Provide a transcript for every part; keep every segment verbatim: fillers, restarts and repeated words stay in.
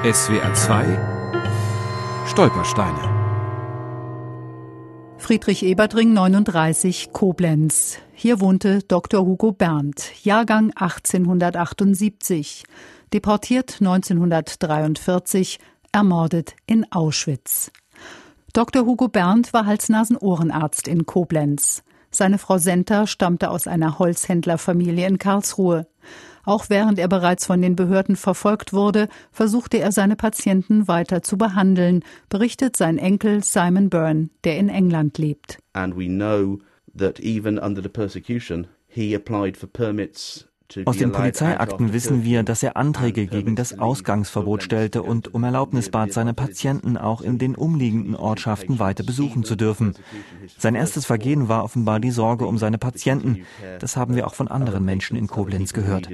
S W R zwei Stolpersteine. Friedrich Ebertring, neununddreißig, Koblenz. Hier wohnte Doktor Hugo Berndt, Jahrgang achtzehnhundertachtundsiebzig, deportiert neunzehnhundertdreiundvierzig, ermordet in Auschwitz. Doktor Hugo Berndt war Hals-Nasen-Ohrenarzt in Koblenz. Seine Frau Senta stammte aus einer Holzhändlerfamilie in Karlsruhe. Auch während er bereits von den Behörden verfolgt wurde, versuchte er seine Patienten weiter zu behandeln, berichtet sein Enkel Simon Byrne, der in England lebt. And we know that even under the persecution, he applied for permits. Aus den Polizeiakten wissen wir, dass er Anträge gegen das Ausgangsverbot stellte und um Erlaubnis bat, seine Patienten auch in den umliegenden Ortschaften weiter besuchen zu dürfen. Sein erstes Vergehen war offenbar die Sorge um seine Patienten. Das haben wir auch von anderen Menschen in Koblenz gehört.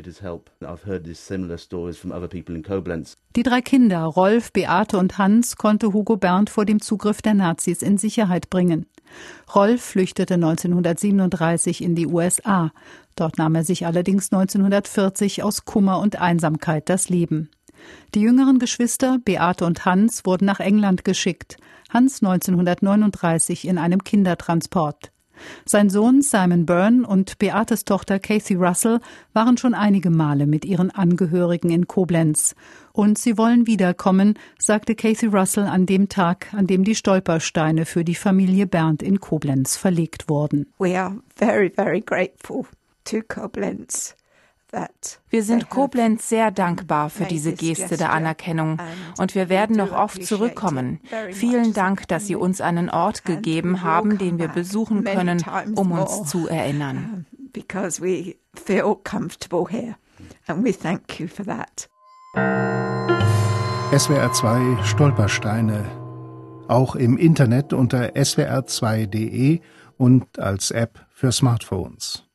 Die drei Kinder, Rolf, Beate und Hans, konnte Hugo Berndt vor dem Zugriff der Nazis in Sicherheit bringen. Rolf flüchtete neunzehnhundertsiebenunddreißig in die U S A. Dort nahm er sich allerdings neunzehnhundertvierzig aus Kummer und Einsamkeit das Leben. Die jüngeren Geschwister, Beate und Hans, wurden nach England geschickt. Hans neunzehnhundertneununddreißig in einem Kindertransport. Sein Sohn Simon Byrne und Beates Tochter Kathy Russell waren schon einige Male mit ihren Angehörigen in Koblenz. Und sie wollen wiederkommen, sagte Kathy Russell an dem Tag, an dem die Stolpersteine für die Familie Berndt in Koblenz verlegt wurden. We are very, very grateful to Koblenz. Wir sind Koblenz sehr dankbar für diese Geste der Anerkennung und wir werden noch oft zurückkommen. Vielen Dank, dass Sie uns einen Ort gegeben haben, den wir besuchen können, um uns zu erinnern. S W R zwei Stolpersteine. Auch im Internet unter S W R zwei Punkt de und als App für Smartphones.